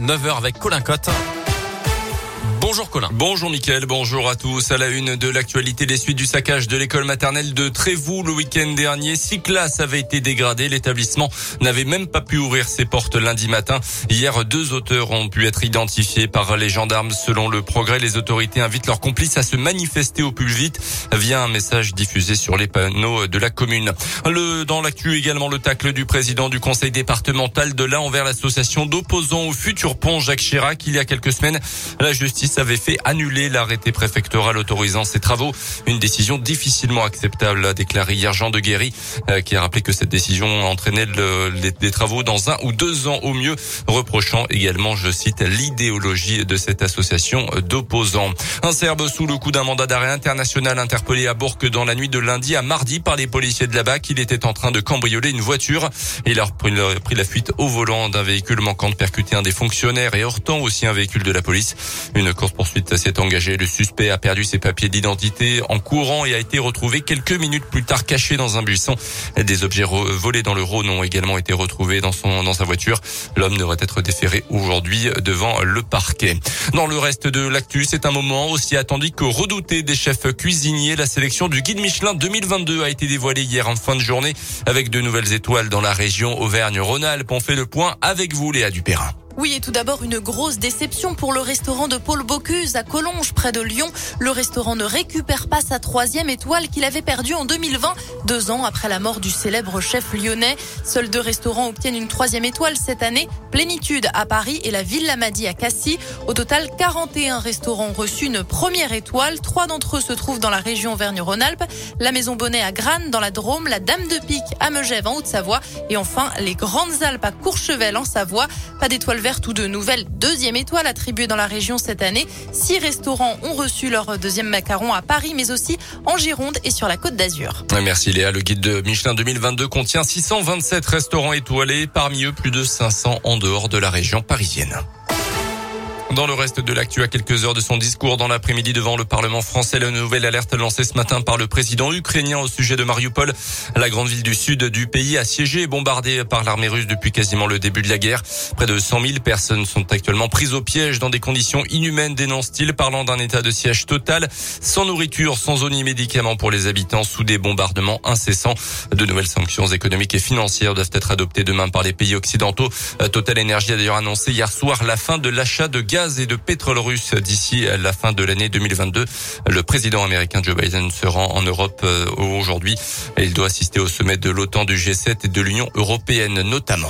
9h avec Colin Cotte. Bonjour Colin. Bonjour Mickaël, bonjour à tous. À la une de l'actualité, les suites du saccage de l'école maternelle de Trévoux le week-end dernier. 6 classes avaient été dégradées. L'établissement n'avait même pas pu ouvrir ses portes lundi matin. Hier, 2 auteurs ont pu être identifiés par les gendarmes. Selon Le Progrès, les autorités invitent leurs complices à se manifester au plus vite via un message diffusé sur les panneaux de la commune. Dans l'actu également, le tacle du président du conseil départemental de l'Ain envers l'association d'opposants au futur pont Jacques Chirac. Il y a quelques semaines, la justice avait fait annuler l'arrêté préfectoral autorisant ces travaux. Une décision difficilement acceptable, a déclaré hier Jean de Guéry, qui a rappelé que cette décision entraînait des travaux dans 1 ou 2 ans au mieux, reprochant également, je cite, l'idéologie de cette association d'opposants. Un Serbe sous le coup d'un mandat d'arrêt international interpellé à Bourg dans la nuit de lundi à mardi par les policiers de la BAC. Il était en train de cambrioler une voiture. Il a pris la fuite au volant d'un véhicule, manquant de percuter un des fonctionnaires et heurtant aussi un véhicule de la police. Une course-poursuite s'est engagée. Le suspect a perdu ses papiers d'identité en courant et a été retrouvé quelques minutes plus tard caché dans un buisson. Des objets volés dans le Rhône ont également été retrouvés dans sa voiture. L'homme devrait être déféré aujourd'hui devant le parquet. Dans le reste de l'actu, c'est un moment aussi attendu que redouté des chefs cuisiniers. La sélection du guide Michelin 2022 a été dévoilée hier en fin de journée avec de nouvelles étoiles dans la région Auvergne-Rhône-Alpes. On fait le point avec vous, Léa Dupérin. Oui, et tout d'abord, une grosse déception pour le restaurant de Paul Bocuse à Collonges, près de Lyon. Le restaurant ne récupère pas sa 3e étoile qu'il avait perdue en 2020, 2 ans après la mort du célèbre chef lyonnais. Seuls 2 restaurants obtiennent une 3e étoile cette année, Plénitude à Paris et la Villa Madi à Cassis. Au total, 41 restaurants ont reçu une 1re étoile. 3 d'entre eux se trouvent dans la région Auvergne-Rhône-Alpes, la Maison Bonnet à Granes dans la Drôme, la Dame de Pique à Megève en Haute-Savoie et enfin les Grandes Alpes à Courchevel en Savoie. Pas d'étoile verte ou de nouvelles 2e étoile attribuée dans la région cette année. 6 restaurants ont reçu leur 2e macaron à Paris, mais aussi en Gironde et sur la Côte d'Azur. Merci Léa. Le guide de Michelin 2022 contient 627 restaurants étoilés, parmi eux plus de 500 en dehors de la région parisienne. Dans le reste de l'actu, à quelques heures de son discours dans l'après-midi devant le Parlement français, la nouvelle alerte lancée ce matin par le président ukrainien au sujet de Mariupol. La grande ville du sud du pays assiégée et bombardée par l'armée russe depuis quasiment le début de la guerre. Près de 100 000 personnes sont actuellement prises au piège dans des conditions inhumaines, dénonce-t-il, parlant d'un état de siège total, sans nourriture, sans eau ni médicaments pour les habitants, sous des bombardements incessants. De nouvelles sanctions économiques et financières doivent être adoptées demain par les pays occidentaux. Total Energy a d'ailleurs annoncé hier soir la fin de l'achat de gaz et de pétrole russe d'ici la fin de l'année 2022. Le président américain Joe Biden se rend en Europe aujourd'hui. Il doit assister au sommet de l'OTAN, du G7 et de l'Union européenne notamment.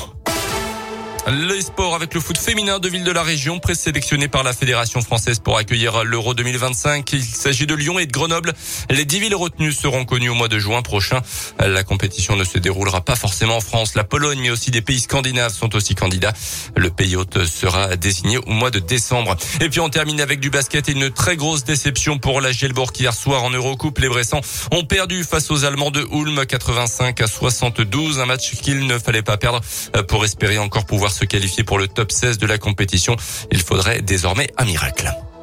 Les sports avec le foot féminin de villes de la région, présélectionné par la Fédération française pour accueillir l'Euro 2025. Il s'agit de Lyon et de Grenoble. Les 10 villes retenues seront connues au mois de juin prochain. La compétition ne se déroulera pas forcément en France. La Pologne, mais aussi des pays scandinaves sont aussi candidats. Le pays hôte sera désigné au mois de décembre. Et puis on termine avec du basket et une très grosse déception pour la Gielborg hier soir en Eurocoupe. Les Bressans ont perdu face aux Allemands de Ulm 85-72. Un match qu'il ne fallait pas perdre pour espérer encore pouvoir se qualifier pour le top 16 de la compétition. Il faudrait désormais un miracle.